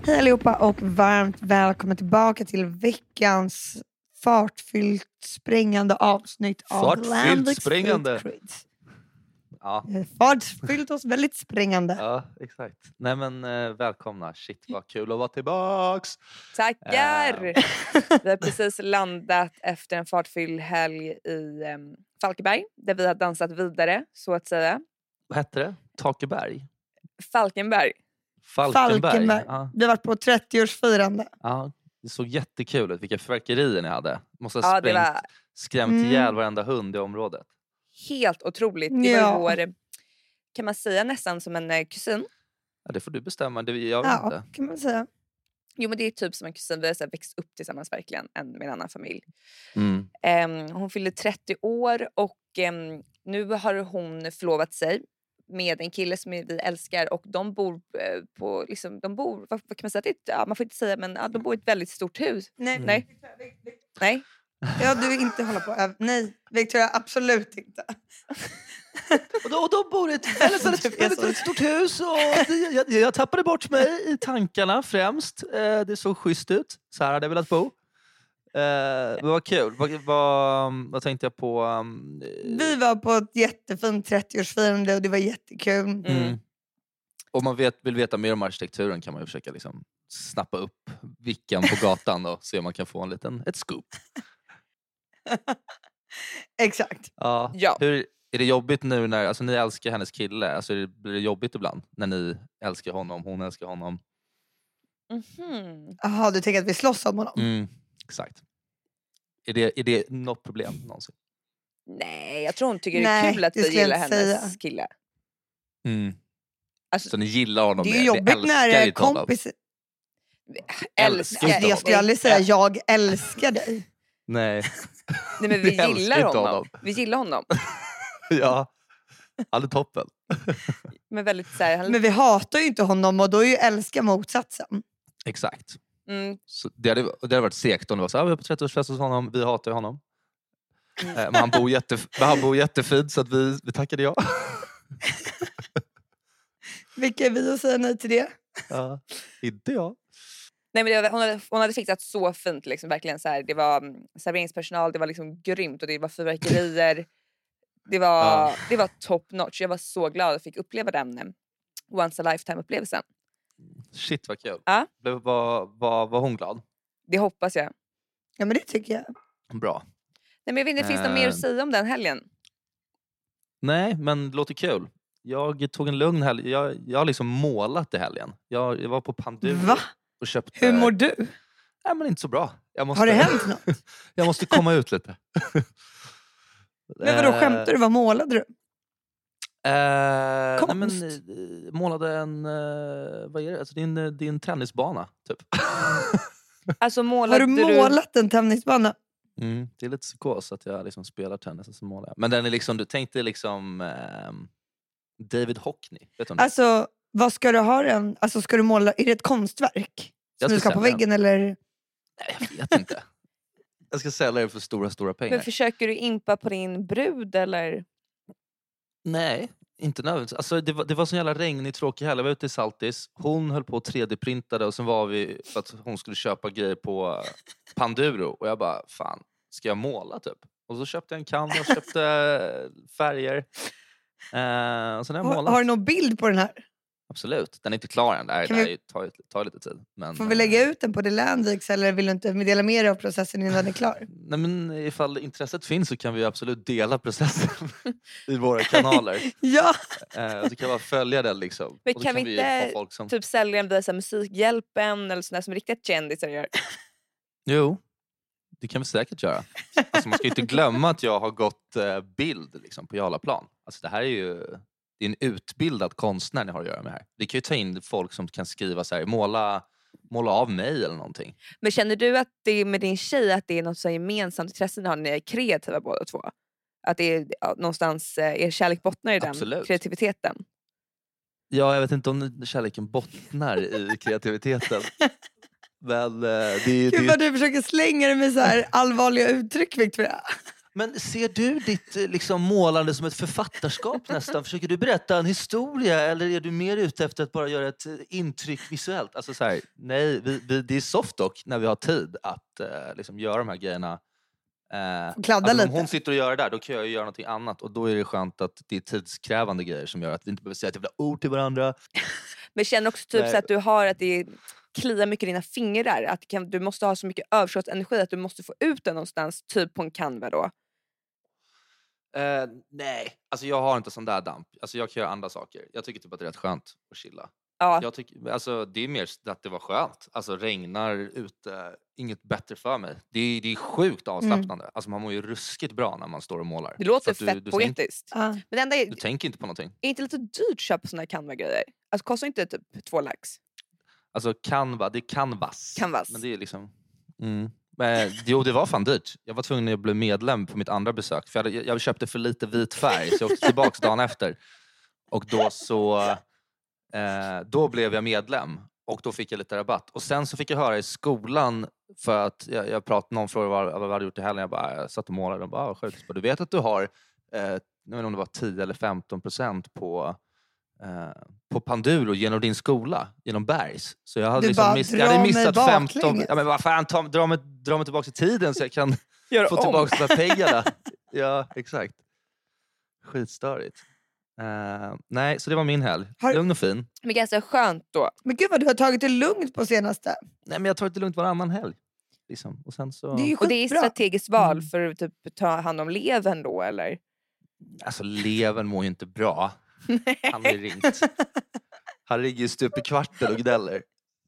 Hej allihopa och varmt välkommen tillbaka till veckans fartfyllt sprängande avsnitt av Fartfyllt sprängande. Ja. Fartfyllt och väldigt sprängande. Ja, exakt. Nej men välkomna. Shit vad kul att vara tillbaks. Tackar! Vi har precis landat efter en fartfylld helg i Falkenberg. Där vi har dansat vidare, så att säga. Vad hette det? Takeberg? Falkenberg. Ja. Vi har varit på 30-årsfirande. Ja, det såg jättekul ut. Vilka fyrverkerier ni hade. Måste ha Ja, det var skrämt ihjäl varenda hund i området. helt otroligt. Det var vår, kan man säga, nästan som en kusin. Ja, det får du bestämma. Jag vet inte. Kan man säga. Jo, men det är typ som en kusin. Vi har så här växt upp tillsammans verkligen. Med en annan familj. Hon fyllde 30 år och nu har hon förlovat sig med en kille som vi älskar, och de bor på liksom, vad kan man säga, man får inte säga, men de bor i ett väldigt stort hus. Nej. Ja, du vill inte hålla på. Nej, Victoria, absolut inte. Och de bor i ett väldigt stort hus. Och jag tappade bort mig i tankarna främst. Det såg schysst ut. Så här hade jag velat bo. Det var kul. Vad tänkte jag på? Vi var på ett jättefint 30-årsfirande och det var jättekul. Om man vill veta mer om arkitekturen kan man ju försöka liksom snappa upp vicken på gatan och se om man kan få ett scoop. Exakt. Ja. Hur är det jobbigt nu när alltså, ni älskar hennes kille? Alltså, blir det jobbigt ibland när ni älskar honom, hon älskar honom? Jaha, du tänker att vi slåss om honom? Exakt. Är det något problem någonsin? Nej, jag tror hon tycker det är kul att vi gillar hennes kille. Alltså, så ni gillar honom? Det är jobbigt när det är kompis. Älskar. Jag skulle aldrig säga jag älskar dig. Nej. Nej, men vi gillar honom. Vi gillar honom. Ja, han är toppen. Men väldigt så här, men vi hatar ju inte honom, och då är ju älska motsatsen. Exakt. Så det hade varit segt om det var så här, vi är på 30-årsfest hos honom, vi hatar honom. Men han bor jättefint, så att vi tackade ja. Vilka är vi att säga nej till det? Ja, inte jag. Nej, men hon hade fixat så fint liksom, verkligen så här, det var serveringspersonal, det var liksom grymt, och det var fyrverkerier. Det var top notch. Jag var så glad att jag fick uppleva den once a lifetime upplevelsen. Shit vad kul. Ja. Var hon glad? Det hoppas jag. Ja, men det tycker jag. Bra. Nej, men jag vet inte, finns det mer att säga om den helgen? Nej, men det låter kul. Jag tog en lugn helg. Jag har liksom målat i helgen. Jag var på Panduro. Va? Och köpte... Hur mår du? Nej, men inte så bra. Har det hänt något? Jag måste komma ut lite. Men vadå, skämtar du? Vad målade du? Nej, men målade en... vad är det? Alltså, det är en tennisbana, typ. Alltså, har du målat en tennisbana? Det är lite psykos att jag liksom spelar tennis och så målar jag. Men den är liksom, du tänkte liksom David Hockney. Vet du alltså, vad ska du ha den? Alltså, ska du måla, är det ett konstverk? Som du ska på väggen eller? Nej, jag vet inte. Jag ska sälja det för stora pengar. Men försöker du impa på din brud eller? Nej, inte nödvändigtvis. Alltså, det var så jävla regnig, tråkig helg. Jag var ute i Saltis. Hon höll på att 3D-printade och sen var vi för att hon skulle köpa grejer på Panduro. Och jag bara, fan, ska jag måla typ? Och så köpte jag en canvas, köpte färger. Och sen har jag målat. Har du någon bild på den här? Absolut, den är inte klar än. Det tar lite tid. Men, får vi lägga ut den på The Landix, eller vill du inte dela med dig av processen innan den är klar? Nej, men ifall intresset finns så kan vi absolut dela processen i våra kanaler. Ja. Så kan vi bara följa den liksom. Men och kan vi inte få folk som... typ sälja den via Musikhjälpen eller sådär som riktigt kändisar gör? Jo, det kan vi säkert göra. Alltså, man ska ju inte glömma att jag har gått bild liksom, på Jarlaplan. Alltså det här är ju... Det är en utbildad konstnär ni har att göra med här. Det kan ju ta in folk som kan skriva så här, måla av mig eller någonting. Men känner du att det är med din tjej att det är något så gemensamt intresse när ni är kreativa båda två? Att det är någonstans er kärlek bottnar i den kreativiteten? Ja, jag vet inte om kärleken bottnar i kreativiteten. Men det Gud vad du försöker slänga det med så här allvarliga uttryck, Victoria. Men ser du ditt liksom, målande som ett författarskap nästan? Försöker du berätta en historia eller är du mer ute efter att bara göra ett intryck visuellt? Alltså så här, nej, det är soft dock när vi har tid att liksom, göra de här grejerna. Kladda lite. Om hon sitter och gör det där, då kan jag göra någonting annat. Och då är det skönt att det är tidskrävande grejer som gör att vi inte behöver säga ett jävla ord till varandra. Men känner också typ så att du har att det kliar mycket i dina fingrar. Att du måste ha så mycket överskottsenergi att du måste få ut den någonstans. Typ på en Canva då. Nej, alltså jag har inte sån där damp. Alltså jag kan göra andra saker. Jag tycker typ att det är rätt skönt att chilla. Ja. Jag tycker, alltså det är mer att det var skönt. Alltså regnar ute, inget bättre för mig. Det är sjukt avslappnande. Alltså man mår ju ruskigt bra när man står och målar. Det låter fett poetiskt. Men det enda är, du tänker inte på någonting. Är inte lite dyrt att köpa såna här Canva-grejer? Alltså kostar inte typ 2 lax? Alltså Canva, det är Canvas. Men det är liksom... Men, jo, det var fan dyrt. Jag var tvungen att bli medlem på mitt andra besök. För jag köpte för lite vit färg. Så jag åkte tillbaka dagen efter. Och då blev jag medlem. Och då fick jag lite rabatt. Och sen så fick jag höra i skolan. För att jag pratade med någon fråga vad jag hade gjort i helgen. Jag satt och målade. De bara, sjukt. Du vet att du har, jag vet inte om det var 10 eller 15% på Panduro genom din skola, genom Bergs. Så jag hade liksom jag hade missat 15. Ja, men vad fan, dra mig tillbaka i tiden så jag kan få tillbaka de här pengarna. Ja, exakt. Skitstörigt. Nej, så det var min helg. Lugn och fin. Men ganska skönt då. Men gud vad du har tagit det lugnt på senaste. Nej, men jag har tagit det lugnt varannan helg. Liksom. Och sen så... Det är och det är ett strategiskt val för att typ ta hand om levern då, eller? Alltså levern mår ju inte bra. Han har ringt. Han ringer stup i kvarten och gnäller.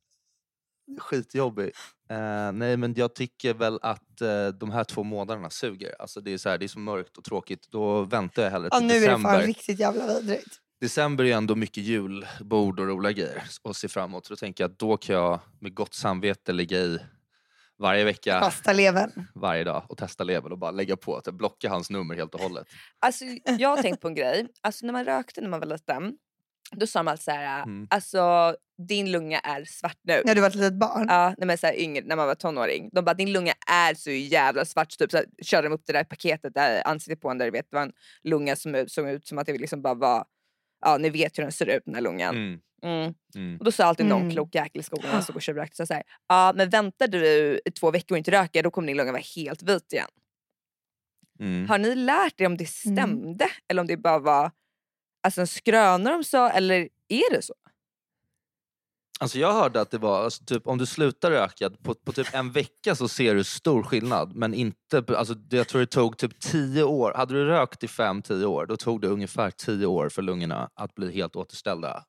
Skitjobbig. Nej, men jag tycker väl att de här 2 månaderna suger. Alltså det är så här, det är så mörkt och tråkigt. Då väntar jag hellre till nu december. är det fan riktigt jävla vidrigt. December är ändå mycket julbord och roliga grejer och se fram emot. Så då tänker jag att då kan jag med gott samvete lägga i varje vecka. Testa levern. Varje dag och testa levern och bara lägga på att blocka hans nummer helt och hållet. Alltså jag har tänkt på en grej. Alltså när man rökte när man var liten, då sa man så här, alltså din lunga är svart nu. När du var ett litet barn? Ja, när man så här yngre, när man var tonåring. De bara, din lunga är så jävla svart. Typ så här, körde de upp det där paketet där ansiktet på en där, det var en lunga som såg ut som att det liksom bara var, ja, ni vet hur den ser ut, den här lungan. Och då sa alltid någon klok jäkel i skolan som och rökte så här, ja, men väntar du 2 veckor och inte röka, då kommer din lunga vara helt vit igen. Har ni lärt er om det stämde? Eller om det bara var alltså en skröna de sa, eller är det så? Alltså jag hörde att det var alltså, typ, om du slutar röka på typ en vecka så ser du stor skillnad. Men inte, alltså, jag tror det tog typ 10 år. Hade du rökt i 5-10 år, då tog det ungefär 10 år för lungorna att bli helt återställda.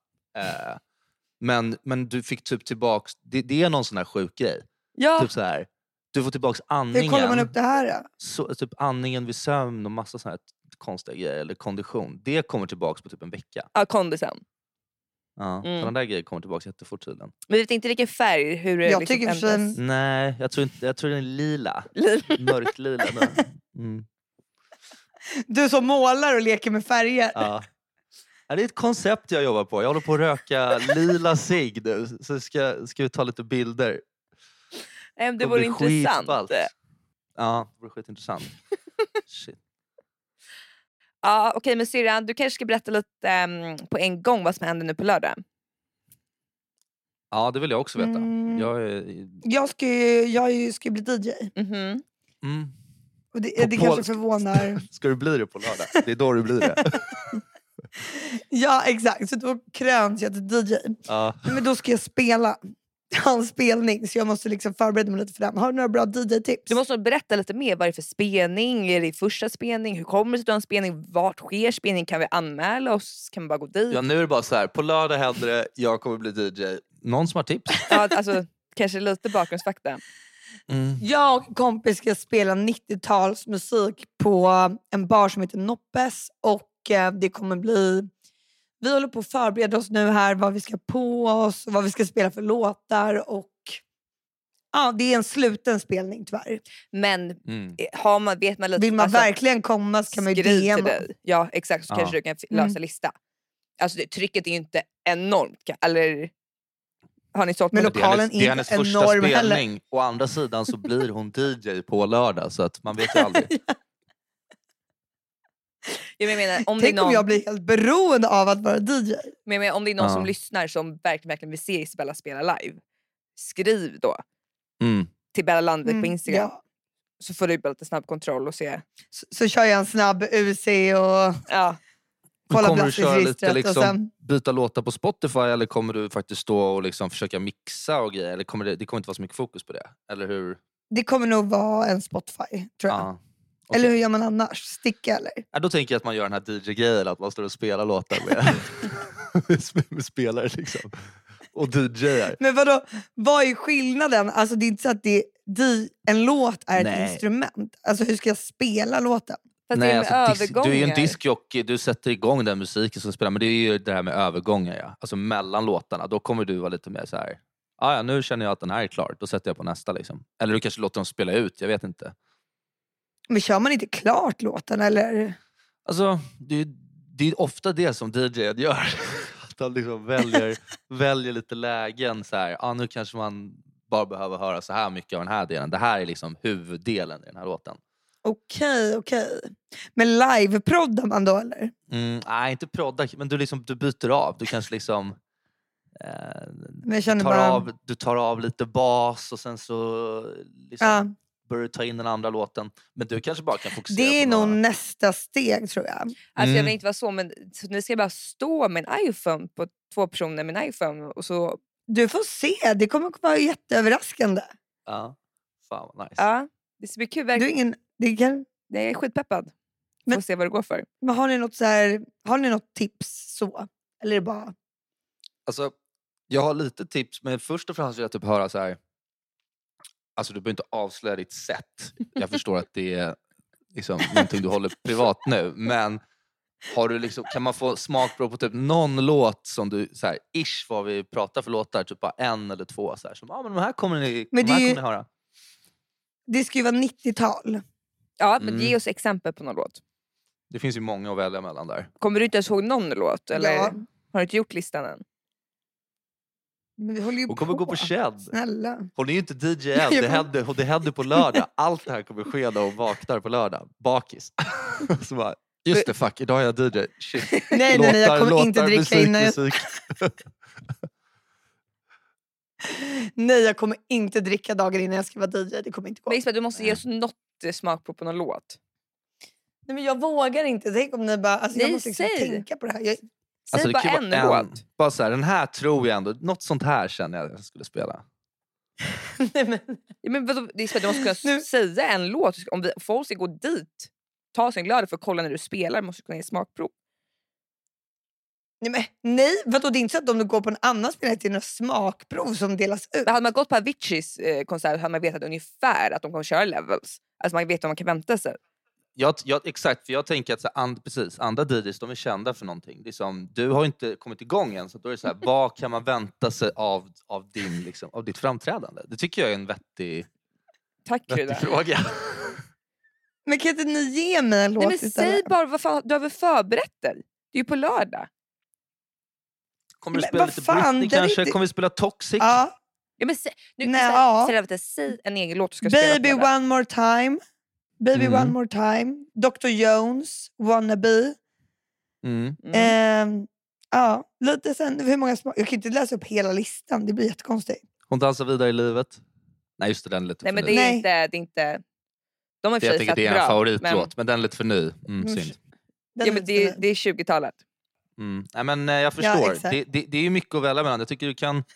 Men du fick typ tillbaks, det är någon sån här sjuk grej. Ja. Typ så här, du får tillbaks andningen. Hur kollar man upp det här då? Så, typ andningen vid sömn och massa såna här konstiga grejer. Eller kondition. Det kommer tillbaks på typ en vecka. Ja, kondisen. Ja, sådana där grejer kommer tillbaka jättefort tiden. Men vi vet inte vilken färg, hur det jag liksom tycker ändras. Nej, jag tror den är lila. Mörkt lila. Du som målar och leker med färger. Ja. Det är ett koncept jag jobbar på. Jag håller på att röka lila cigg nu. Så ska vi ta lite bilder. Det vore intressant. Skitballt. Ja, det vore skitintressant. Shit. Ja, okej, men syrran, du kanske ska berätta lite på en gång vad som händer nu på lördag. Ja, det vill jag också veta. Jag ska bli DJ. Och det kanske förvånar. Ska du bli det på lördag? Det är då du blir det. Ja, exakt. Så då kröns jag till DJ. Ja. Men då ska jag spela. Hans spelning, så jag måste liksom förbereda mig lite för den. Har du några bra DJ-tips? Du måste berätta lite mer. Vad är det för spelning? Är det första spelning? Hur kommer det att du har en spelning? Vart sker spelning? Kan vi anmäla oss? Kan vi bara gå dit? Ja, nu är det bara så här. På lördag händer det. Jag kommer bli DJ. Någon som har tips? Ja, alltså kanske lite bakgrundsfakta. Jag och kompis ska spela 90-talsmusik på en bar som heter Noppes. Och det kommer bli... Vi håller på att förbereda oss nu här, vad vi ska på oss, vad vi ska spela för låtar, och ja, det är en sluten spelning tyvärr. Men vet man lite, vill man verkligen komma så kan man ju DM. Ja, exakt, så kanske du kan lösa lista. Alltså trycket är ju inte enormt, eller har ni sålt? Men lokalen det är hennes första spelning heller. Å andra sidan så blir hon DJ på lördag, så att man vet ju aldrig. Jag menar, om Tänk det är någon, om jag blir helt beroende av att vara DJ. men om det är någon som lyssnar som verkligen vill se Isabella spela live, skriv då till Bella Landet på Instagram. Ja. Så får du bara lite snabb kontroll och se. Så kör jag en snabb UC och kolla kommer du köra lite liksom, och sen... byta låtar på Spotify, eller kommer du faktiskt stå och liksom försöka mixa och grejer? Eller kommer det kommer inte vara så mycket fokus på det? Eller hur? Det kommer nog vara en Spotify, tror jag. Okay. Eller hur gör man annars? Sticka eller? Ja, då tänker jag att man gör den här DJ-grejen, att man står och spelar låtar med spelare liksom. Och DJar. Men vadå, vad är skillnaden? Alltså det är inte så att en låt är ett instrument. Alltså hur ska jag spela låten? Nej, alltså, du är ju en diskjockey, du sätter igång den musiken som spelar. Men det är ju det här med övergångar, ja. Alltså mellan låtarna, då kommer du vara lite mer så här. Ja, nu känner jag att den här är klar, då sätter jag på nästa liksom. Eller du kanske låter dem spela ut, jag vet inte. Men kör man inte klart låten eller? Alltså, det är ofta det som DJ gör. Att de liksom väljer lite lägen så här. Nu kanske man bara behöver höra så här mycket av den här delen. Det här är liksom huvuddelen i den här låten. Okej. Men live-proddar man då eller? Nej, inte prodda, men du byter av. Du kanske liksom men jag känner du tar av lite bas och sen så liksom börjar du ta in den andra låten. Men du kanske bara kan fokusera det är på nog nästa steg, tror jag. Alltså jag vill inte vara så, men så ni ska bara stå med en iPhone på 2 personer med en iPhone och så... Du får se, det kommer att vara jätteöverraskande. Ja, fan vad nice. Ja, det ska bli kul verkligen. Jag är skitpeppad. Får se vad det går för. Men har ni något tips så? Eller är det bara... Alltså, jag har lite tips, men först och främst vill jag typ höra så här. Alltså du behöver inte avslöja ditt sätt. Jag förstår att det är liksom någonting du håller privat nu. Men har du liksom, kan man få smakprov på typ någon låt som du så här, ish vad vi pratar för låtar, typ bara 1 eller 2 så här, som men de här kommer ni höra. Det ska ju vara 90-tal. Ja, men ge oss exempel på någon låt. Det finns ju många att välja mellan där. Kommer du inte ens ihåg någon låt? Eller har du inte gjort listan än? Men vi håller ju hon kommer gå på Shed. Snälla. Hon är ju inte DJ än. Det händer på lördag. Allt det här kommer ske när hon vaknar på lördag. Bakis. Så bara, just det, fuck, idag är jag DJ. Shit. Nej, jag kommer inte dricka musik. Nej, jag kommer inte dricka dagen innan jag ska vara DJ. Det kommer inte gå. Men du måste ge oss något smakprov på någon låt. Nej, men jag vågar inte. Tänk om ni bara... Alltså, jag måste liksom tänka på det här. Säg bara en låt. Bara så här, den här tror jag ändå. Något sånt här känner jag att jag skulle spela. Nej, men vadå, det är så att du måste kunna säga en låt. Om folk ska gå dit, ta sig en glad för att kolla när du spelar, måste du kunna ge smakprov. Nej, vadå, det är inte så att om du går på en annan spelare till några smakprov som delas ut. Men hade man gått på Aviciis konsert hade man vetat ungefär att de kommer köra levels. Alltså man vet vad man kan vänta sig. Exakt, för jag tänker att andra DJs, de är kända för någonting. Liksom, du har inte kommit igång än, så då är det så här, vad kan man vänta sig av ditt framträdande? Det tycker jag är en vettig fråga. Men kan inte ni ge mig en låt? Nej, men säg bara, vad fan, du har väl förberett dig? Det är ju på lördag. Kommer du spela lite Britney kanske? Inte... Kommer vi spela Toxic? Ja, men säg en egen låt du ska Baby spela. One More Time. Baby One More Time. Dr. Jones. Wannabe. Lite sen. Hur många jag kan inte läsa upp hela listan. Det blir jättekonstigt. Hon dansar vidare i livet. Nej, just det, den är lite för men det är inte... De har jag tycker det är en favoritlåt, men den är lite för ny. Synd. Men det är 20-talet. Nej, men jag förstår. Det är ju mycket att välja mellan. Jag tycker du kan...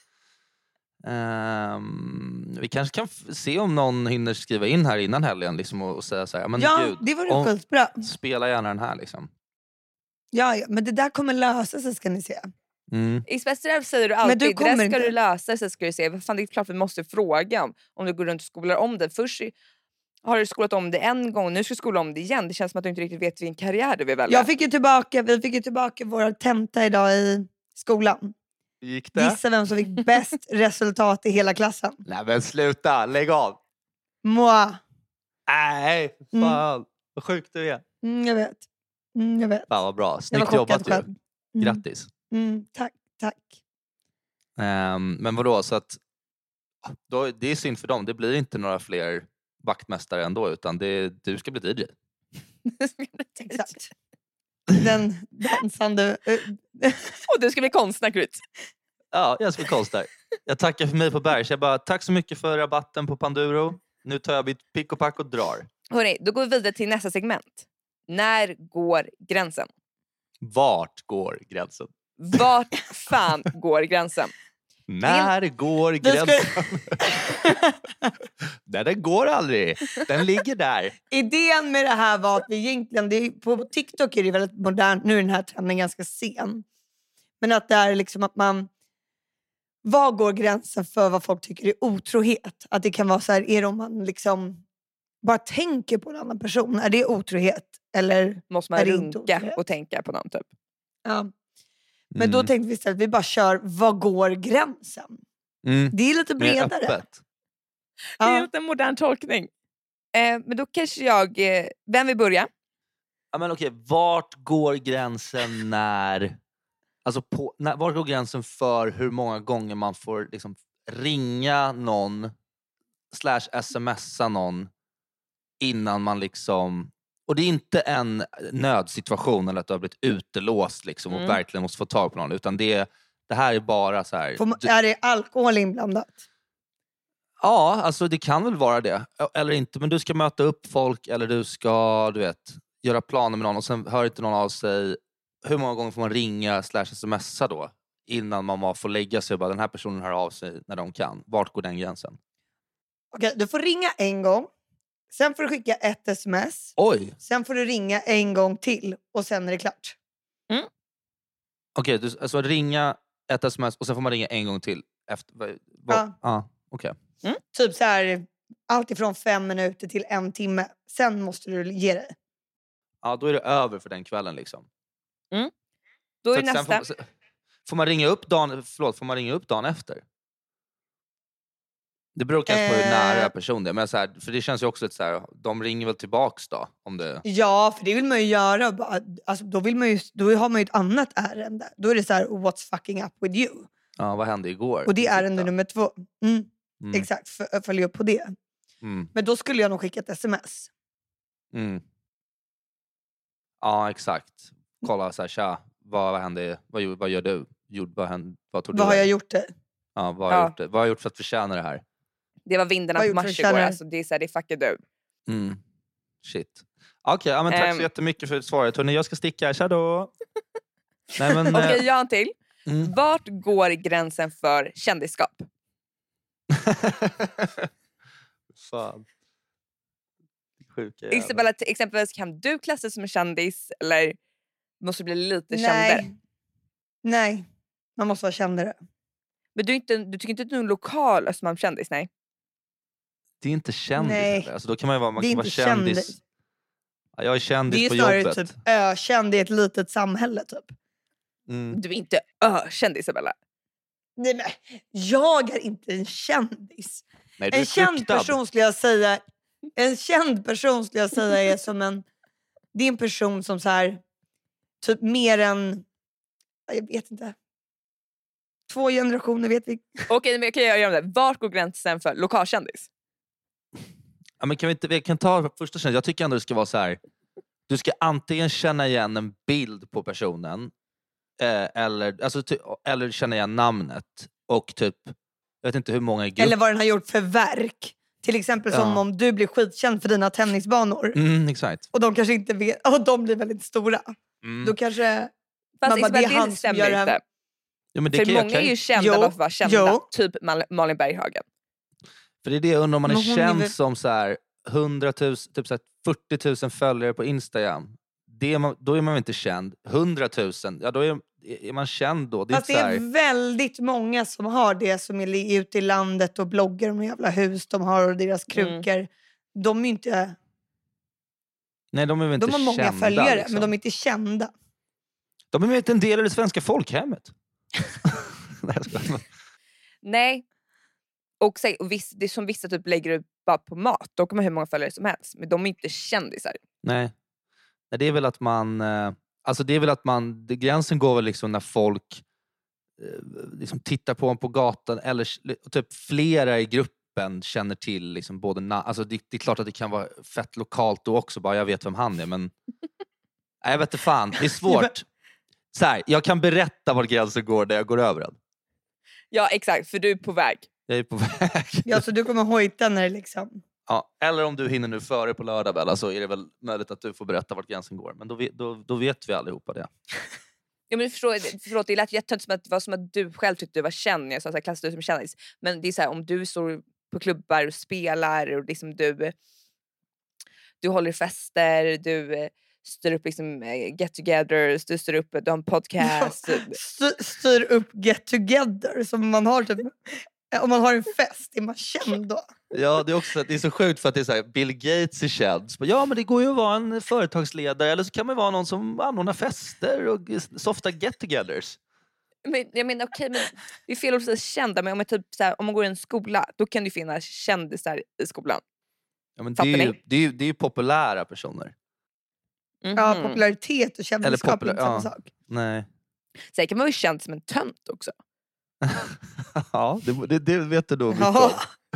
vi kanske kan se om någon hinner skriva in här innan helgen liksom, och säga så här, men gud, det vore skitbra. Spela gärna den här liksom. Ja, men det där kommer lösa sig, ska ni se. I speciellt säger du alltid, det där ska du lösa sig, ska du se. Fan, det är klart vi måste fråga om du går runt och skolar om det. Först har du skolat om det en gång, nu ska du skola om det igen. Det känns som att du inte riktigt vet vilken karriär du vill välja. Vi fick ju tillbaka våra tenta idag i skolan. Gick det? Gissa vem som fick bäst resultat i hela klassen. Nej men sluta, lägg av. Moi. Nej, fan. Vad sjukt du är. Jag vet. Fan vad bra, snyggt jobbat ju. Grattis. Tack. Men vadå, så att det är synd för dem. Det blir inte några fler vaktmästare ändå, utan du ska bli DJ. Exakt. Den dansande... Och du ska bli konstnär, Gryt. Ja, jag ska bli konstnär. Jag tackar för mig på Bergs. Jag bara, tack så mycket för rabatten på Panduro. Nu tar jag mitt pick och pack och drar. Hörrni, då går vi vidare till nästa segment. När går gränsen? Vart går gränsen? Vart fan går gränsen? När går gränsen? Nej, den går aldrig. Den ligger där. Idén med det här var att vi egentligen... på TikTok är det väldigt modernt. Nu är den här trenden ganska sen. Men att det är liksom att man... Var går gränsen för vad folk tycker är otrohet? Att det kan vara så här, är det om man liksom bara tänker på en annan person? Är det otrohet? Eller måste man är det runka och tänka på någon typ? Ja. Men då tänkte vi istället att vi bara kör, vad går gränsen? Det är lite bredare. Öppet. Det är inte en modern tolkning. Men då kanske vem vill börja? Ja, men okej, vart går gränsen när... Alltså vart går gränsen för hur många gånger man får liksom ringa någon / smsa någon innan man liksom... Och det är inte en nödsituation eller att du har blivit utelåst liksom, och verkligen måste få tag på någon. Utan det här är bara så här... Är det alkohol inblandat? Ja, alltså det kan väl vara det. Eller inte, men du ska möta upp folk eller du ska, du vet, göra planer med någon och sen hör inte någon av sig. Hur många gånger får man ringa / smsa då? Innan man får lägga sig och bara, den här personen hör av sig när de kan. Vart går den gränsen? Okej, du får ringa en gång. Sen får du skicka ett sms. Oj! Sen får du ringa en gång till. Och sen är det klart. Okej, alltså ringa ett sms och sen får man ringa en gång till. Efter, okej. Typ så här, allt ifrån 5 minuter till 1 timme. Sen måste du ge dig. Ja, då är det över för den kvällen liksom. Då är Så nästa. Får man ringa upp dagen efter? Det beror kanske på hur nära person det är. Men så här, för det känns ju också lite så här, de ringer väl tillbaks då? Om det... Ja, för det vill man ju göra. Alltså, då har man ju ett annat ärende. Då är det så här, what's fucking up with you? Ja, vad hände igår? Och det är ärende nummer 2. Exakt, följa upp på det. Men då skulle jag nog skicka ett sms. Ja, exakt. Kolla så här, tja, vad hände? Vad gör du? Vad har jag gjort det? Ja, vad har jag gjort det? Vad har jag gjort för att förtjäna det här? Det var vindarna på mars igår. Alltså, det är så här, det fuckar du. Shit. Okej, ja, men tack så jättemycket för svaret. Hörrni, jag ska sticka här. Tja då! Okej, jag har en till. Vart går gränsen för kändisskap? Fan. Sjuka Isabella, exempelvis, kan du klassas som en kändis? Eller måste du bli lite kändare? Nej, man måste vara kändare. Men du tycker inte att du är en lokal Östermalmskändis, nej? Det är inte kändis. Nej. Alltså, då kan man Det är vara inte kändis. Ja, jag är kändis på jobbet. Det är snarare typ ökänd i ett litet samhälle typ. Du är inte ökänd, Isabella. Nej, men jag är inte en kändis. Nej, du är en känd fruktad. person skulle jag säga. En känd person skulle jag säga är som en... Det är en person som så här... Typ mer än... Jag vet inte. 2 generationer vet vi. Okej, men kan jag göra det? Vart går gränsen för lokalkändis? Ja, men vi kan ta första kändis. Jag tycker ändå det ska vara så här. Du ska antingen känna igen en bild på personen. Eller känna igen namnet. Och typ... Jag vet inte hur många Eller vad den har gjort för verk. Till exempel som om du blir skitkänd för dina tennisbanor. Exakt. Och de kanske inte vet. Och de blir väldigt stora. Då kanske... Fast bara, det är han som gör det. Ja, men det för många är ju kända bara för att vara kända. Typ Malin Berghagen. För det är det jag undrar, om man är känd som så här 100 000, typ så här 40 000 följare på Instagram. Då är man inte känd. 100 000, ja då är man känd då. Fast det är väldigt många som har det, som är ute i landet och bloggar om jävla hus de har och deras krukor. De är inte... Nej, de är väl inte de har många kända, följare, liksom. men de är inte kända. De är inte en del av det svenska folkhemmet. Nej. Och det är som vissa typ lägger upp bara på mat. Då kommer hur många följare som helst. Men de är inte kändisar. Nej, det är väl att man... Alltså det är väl att man... Gränsen går väl liksom när folk liksom tittar på en på gatan. Eller typ flera i gruppen känner till liksom både... Alltså det är klart att det kan vara fett lokalt då också. Bara jag vet vem han är, men... Nej, jag vet inte fan. Det är svårt. Så här, jag kan berätta var gränsen går när jag går över den. Ja, exakt. För du är på väg. Jag är på väg. Ja, så du kommer hojta när det liksom... Ja, eller om du hinner nu före på lördag, Bella, så är det väl möjligt att du får berätta vart gränsen går. Men då vet vi allihopa det. Ja, men förlåt, det lät jättetönt som att det var som att du själv tyckte du var känd. Jag sa såhär, klassar du som kändis. Men det är så här, om du står på klubbar och spelar och liksom du håller fester, du styr upp liksom get-togethers, du styr upp, du har en podcast. Styr upp get-together som man har typ... Om man har en fest, är man känd då? Ja, det är så sjukt för att det är så här, Bill Gates är känd. Ja, men det går ju att vara en företagsledare, eller så kan man vara någon som anordnar fester och softa get-togethers. Men jag menar okej, men det är fel att säga kända, men om man går i en skola, då kan det finnas kändisar i skolan. Ja, men det är ju populära personer. Ja, popularitet och kändisskap är inte samma sak. Nej. Sen kan man ju känd som en tönt också. Ja, det vet du då mycket om.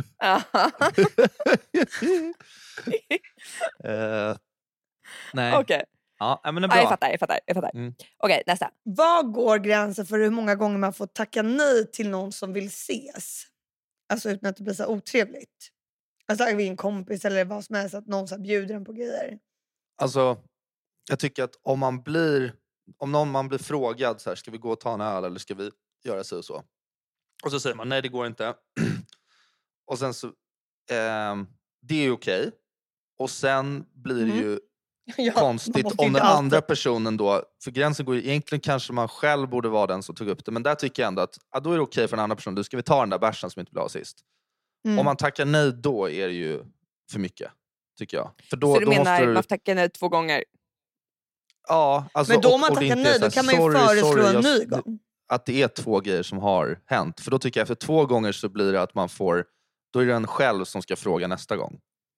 Nej. Okej. Ja, men det är bra. Jag fattar. Okej, nästa. Vad går gränsen för hur många gånger man får tacka nej till någon som vill ses? Alltså utan att det blir så otrevligt. Alltså är vi en kompis eller vad som helst, att någon så bjuder en på grejer. Alltså, jag tycker att om man blir frågad så här, ska vi gå och ta en öl eller ska vi göra så och så? Och så säger man, nej det går inte. Och sen så, det är ju okej. Och sen blir det ju konstigt om den andra personen då, för gränsen går ju, egentligen kanske man själv borde vara den som tog upp det, men där tycker jag ändå att då är det okej för den andra personen, då ska vi ta den där bärsen som inte blev av sist. Om man tackar nej, då är det ju för mycket, tycker jag. För då, så du menar måste man tackar nej 2 gånger? Ja, alltså, men då om man tackar nej, då kan man ju föreslå en ny gång. Att det är 2 grejer som har hänt. För då tycker jag efter 2 gånger så blir det att man får, då är det en själv som ska fråga nästa gång.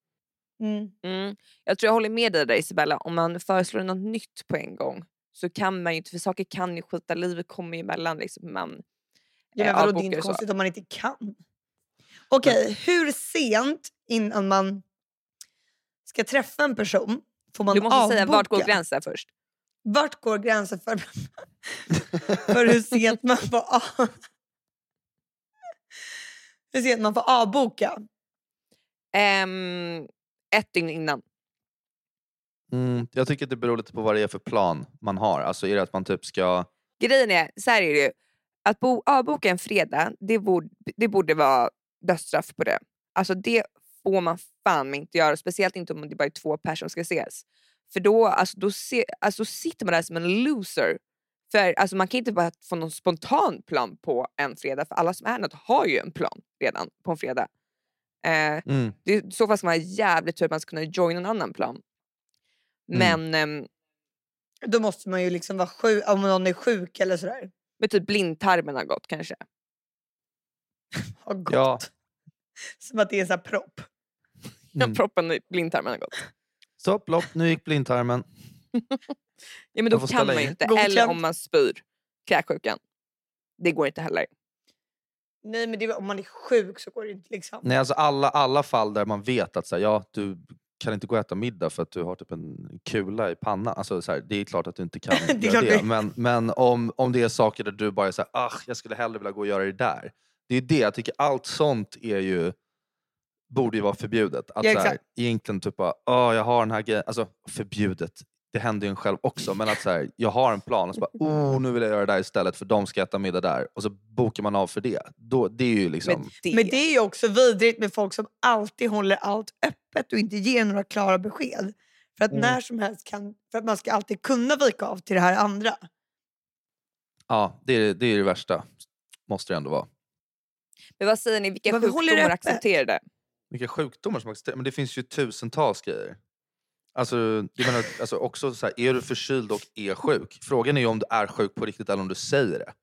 Jag tror jag håller med dig där, Isabella. Om man föreslår något nytt på en gång så kan man ju inte, för saker kan ju skita, livet kommer ju emellan liksom, man det är inte konstigt om man inte kan. Okej, hur sent innan man ska träffa en person får man avboka? Du måste säga vart går gränsen först. Vart går gränsen för hur sent man får hur sent man får avboka? 1 dygn innan. Jag tycker att det beror lite på vad det är för plan man har. Alltså är det att man typ ska... Grejen är, så här är det ju. Att avboka en fredag, det borde vara dödsstraff på det. Alltså det får man fan inte göra. Speciellt inte om det bara är 2 personer som ska ses. För då sitter man där som en loser. För alltså, man kan inte bara få någon spontan plan på en fredag. För alla som är något har ju en plan redan på en fredag. I så fall ska man ha jävligt tur att man ska kunna joina en annan plan. Men då måste man ju liksom vara sjuk, om någon är sjuk eller sådär. Men typ blindtarmen har gått kanske. Har gått. Ja. Som att det är en sån här propp. Ja, proppen i blindtarmen har gått. Stopp, lopp, nu gick blindtarmen. Ja, men då kan man ju inte. Eller om man spyr. Kräksjukan. Det går inte heller. Nej, men om man är sjuk så går det inte liksom. Nej, alltså alla fall där man vet att så här, ja, du kan inte gå och äta middag för att du har typ en kula i pannan. Alltså, så här, det är klart att du inte kan göra det. Men om det är saker där du bara är så här, jag skulle hellre vilja gå och göra det där. Det är det, jag tycker allt sånt är ju, borde ju vara förbjudet. Att så här, egentligen typ jag har den här grejen, alltså förbjudet. Det händer ju en själv också, men att så här, jag har en plan och så bara, nu vill jag göra det där istället för de ska äta middag där. Och så bokar man av för det. Då, det är ju liksom... Men det är ju också vidrigt med folk som alltid håller allt öppet och inte ger några klara besked. För att när som helst för att man ska alltid kunna vika av till det här andra. Ja, det är det värsta. Måste det ändå vara. Men vad säger ni, vilka sjukdomar accepterar det? Vilka sjukdomar som accepterar? Men det finns ju tusentals grejer. Alltså också så här, är du förkyld och är sjuk? Frågan är ju om du är sjuk på riktigt eller om du säger det.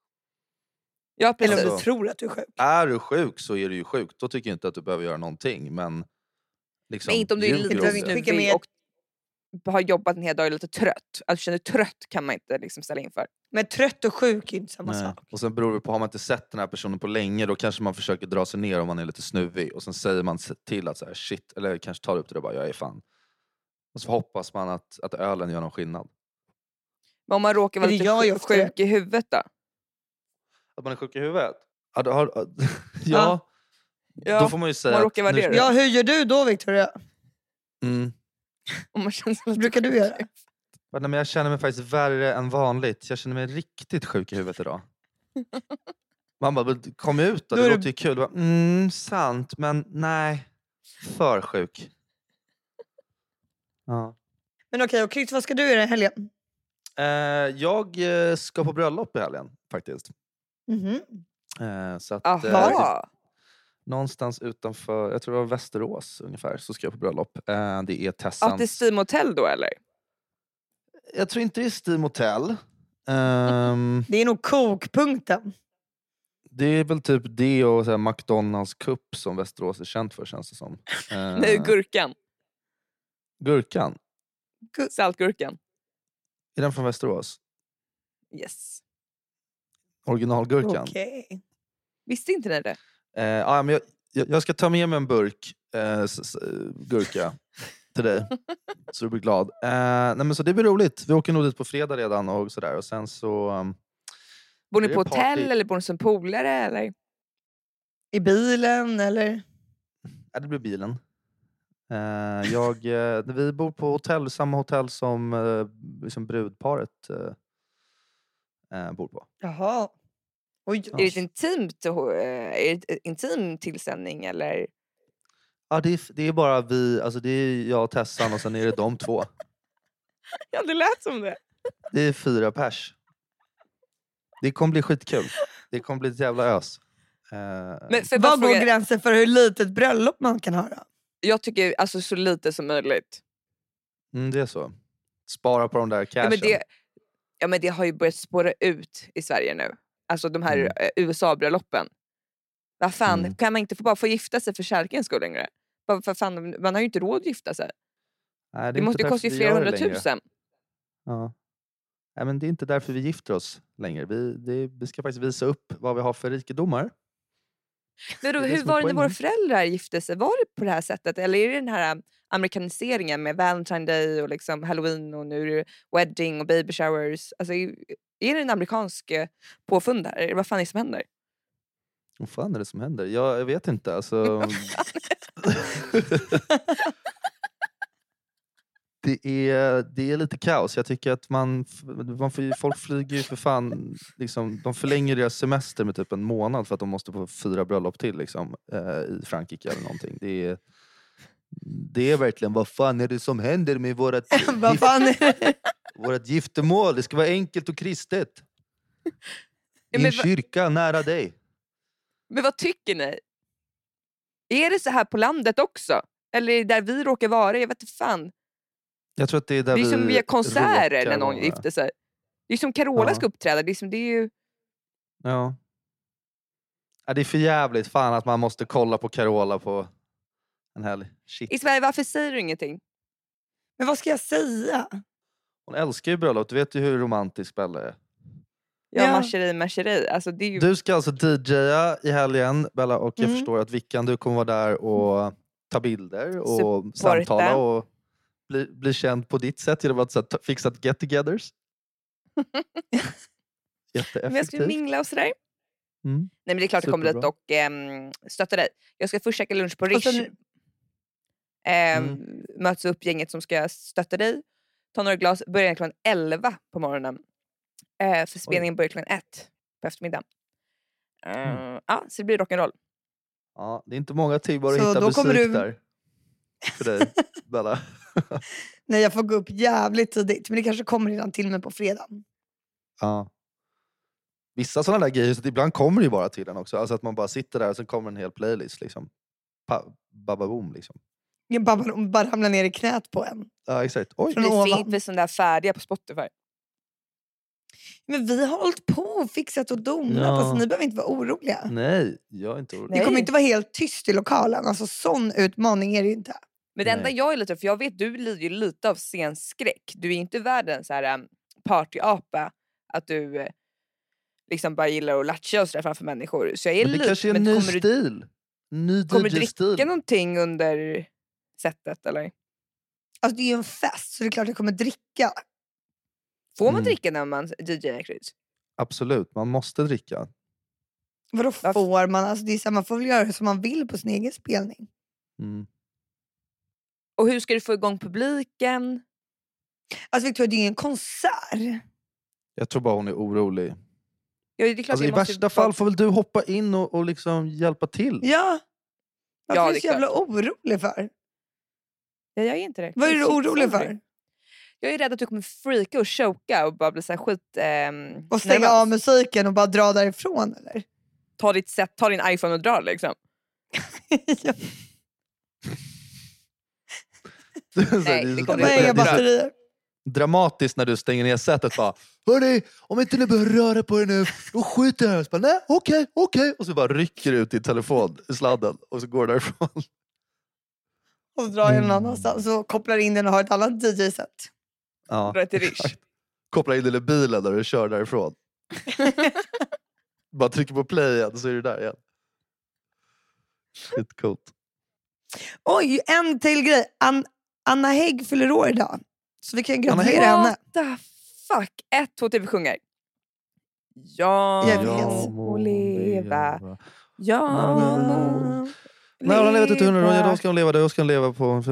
Ja, eller om du tror att du är sjuk. Är du sjuk så är du ju sjuk. Då tycker jag inte att du behöver göra någonting. Men, liksom, men inte om du är lite snuvig och har jobbat en hel dag och är lite trött. Att du känner trött kan man inte liksom ställa in för. Men trött och sjuk är inte samma sak. Och sen beror det på, har man inte sett den här personen på länge, då kanske man försöker dra sig ner om man är lite snuvig. Och sen säger man till att så här, shit, eller kanske tar upp det och bara, jag är fan Och så hoppas man att ölen gör någon skillnad. Men om man råkar vara lite sjuk i huvudet då? Att man är sjuk i huvudet? Ja. Då får man ju säga att... Ja, hur gör du då, Victoria? Om man känner vad brukar du göra? Men jag känner mig faktiskt värre än vanligt. Jag känner mig riktigt sjuk i huvudet idag. Man bara, kom ut då, det låter ju kul. Sant, men nej. För sjuk. Ja. Men okej, och Chris, vad ska du göra i helgen? Jag ska på bröllop i helgen, faktiskt. Så att, någonstans utanför, jag tror det var Västerås ungefär, så ska jag på bröllop. Det är Tessans... Att det är Steam Hotel då, eller? Jag tror inte det är Steam Hotel. Det är nog kokpunkten. Det är väl typ det och så här, McDonalds Cup som Västerås är känt för, känns det som. Nej, gurkan. Gurkan? Saltgurkan. Är den från Västerås? Yes. Originalgurkan? Okej. Visste inte ni det? Men jag ska ta med mig en burk gurka till dig. Så du blir glad. Nej, men så det blir roligt. Vi åker nog dit på fredag redan och sådär. Och sen så... bor ni på hotell eller bor ni som polare eller? I bilen eller? Ja, det blir bilen. Vi bor på hotell, samma hotell som liksom brudparet bor på. Jaha. Oj. Är det ett intim tillställning eller? Ja, det är bara vi, alltså det är jag och Tessan och sen är det de två. Ja, det lät som det. Det är 4 pers. Det kommer bli skitkul. Det kommer bli ett jävla ös. Men vad går gränsen för hur litet bröllop man kan ha då? Jag tycker alltså så lite som möjligt. Det är så. Spara på de där cashen. Men det har ju börjat spåra ut i Sverige nu. Alltså de här USA-brölloppen. Vad fan, kan man inte bara få gifta sig för kärlekens skull längre? För fan, man har ju inte råd att gifta sig. Nej, det måste kosta ju flera 100 000. Ja. Nej, men det är inte därför vi gifter oss längre. Vi ska faktiskt visa upp vad vi har för rikedomar. Men då, hur var det när våra föräldrar gifte sig? Var det på det här sättet? Eller är det den här amerikaniseringen med Valentine Day och liksom Halloween och nu är det wedding och baby showers? Alltså, är det en amerikansk påfund där? Vad fan är det som händer? Vad fan är det som händer? Jag vet inte. Alltså... det är lite kaos. Jag tycker att folk flyger ju för fan liksom, de förlänger deras semester med typ en månad för att de måste på 4 bröllop till liksom, i Frankrike eller någonting. Det är verkligen, vad fan är det som händer med vårat giftermål? Det ska vara enkelt och kristet. I en kyrka nära dig. Men vad tycker ni? Är det så här på landet också? Eller där vi råkar vara? Jag vet inte fan. Jag tror att det är där det är som via konserter när någon gifter sig. Det är som Carola ska uppträda. Det är ju... Ja. Det är för jävligt fan att man måste kolla på Carola på en helg. Shit. I Sverige, varför säger du ingenting? Men vad ska jag säga? Hon älskar ju bröllop. Du vet ju hur romantisk Bella är. Ja, marscheri. Alltså, det är ju... Du ska alltså DJa i helgen, Bella. Och jag förstår att Vickan, du kommer vara där och ta bilder och samtala och bli känd på ditt sätt genom att fixa get-togethers. Jätteeffektivt. Men jag ska mingla och sådär. Nej, men det är klart jag kommer dit och stötta dig. Jag ska först käka lunch på Rish. Möts upp gänget som ska stötta dig. Ta några glas. Börjar klockan 11 på morgonen. För spelningen börjar klockan 1 på eftermiddagen. Ja, så det blir rock'n'roll. Ja, det är inte många timmar att hitta musik där. För dig, Bella. Nej, jag får gå upp jävligt tidigt. Men det kanske kommer redan till mig på fredag. Ja. Vissa sådana där grejer, så ibland kommer det ju bara till den också. Alltså att man bara sitter där och sen kommer en hel playlist liksom. Bababoom liksom. Jag bara ramlar ner i knät på en. Ja, exakt. Oj. Det finns vi sådana där färdiga på Spotify. Men vi har hållit på och fixat och donat. Alltså, ni behöver inte vara oroliga. Nej, jag är inte orolig. Det kommer inte vara helt tyst i lokalen. Alltså sån utmaning är det ju inte. Men det enda jag är lite, för jag vet du lider ju lite av scenskräck. Du är inte världens så här partyapa. Att du liksom bara gillar att latcha och sådär framför människor. Så jag är men det kanske är en ny stil. Ny kommer du dricka någonting under sättet eller? Alltså det är ju en fest så det är klart jag kommer dricka. Får man dricka när man DJ:ar Kryds? Absolut, man måste dricka. Vadå får man? Alltså det är så här, man får väl göra det som man vill på sin egen spelning. Och hur ska du få igång publiken? Alltså Victoria, det är ju en konsert. Jag tror bara hon är orolig. Ja, det är klart Alltså, i värsta fall får väl du hoppa in och liksom hjälpa till. Ja. Varför är det du så jävla orolig för? Ja, jag är inte det. Vad är du orolig för? Jag är rädd att du kommer freaka och choka och bara bli så här skit... och stänga av musiken och bara dra därifrån, eller? Ta din iPhone och dra liksom. Ja. Nej, det kommer det inga batterier. Dramatiskt när du stänger ner sätet bara, hörni, om inte ni börjar röra på er nu, då skiter jag. Så bara, nej, okej. Och så bara rycker du ut din telefon i sladden och så går därifrån. Och så drar jag någon annanstans och kopplar in den och har ett annat DJ-set. Ja, dra till Rish. Kopplar in den i bilen där du kör därifrån. Bara trycker på play igen så är du där igen. Shit, coolt. Oj, en till grej. Anna Hägg fyller år idag. Så vi kan gratulera henne. What the fuck? 1, 2, 3, vi sjunger. Jag må leva. Ja, när hon har levat till 100 år, då ska hon leva, då ska hon leva på...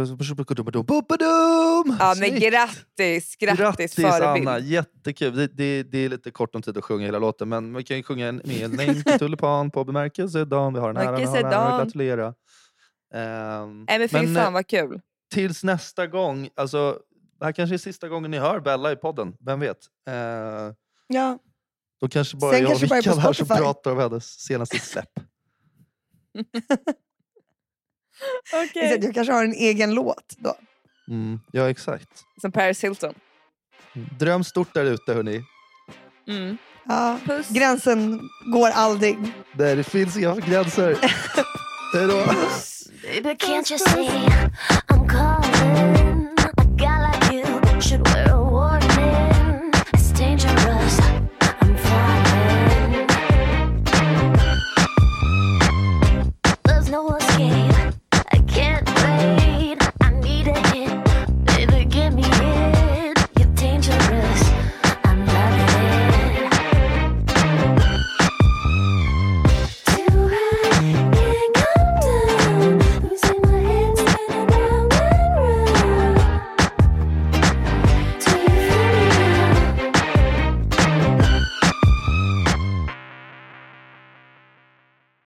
Ja, men grattis förebild. Anna, jättekul. Det är lite kort om tid att sjunga hela låten, men vi kan ju sjunga en mening till tulipan på bemärkelsedagen. Vi har den här, gratulera. Nej, men fy fan vad kul. Tills nästa gång, alltså det här kanske är sista gången ni hör Bella i podden, vem vet? Ja. Då kanske bara jag och Vickan här som pratar om hennes senaste släpp. Okay. Jag kanske har en egen låt då. Ja, exakt. Som Paris Hilton. Dröm stort där ute, hörni. Ja, gränsen går aldrig. Det finns inga gränser. Hej då. Baby, can't you see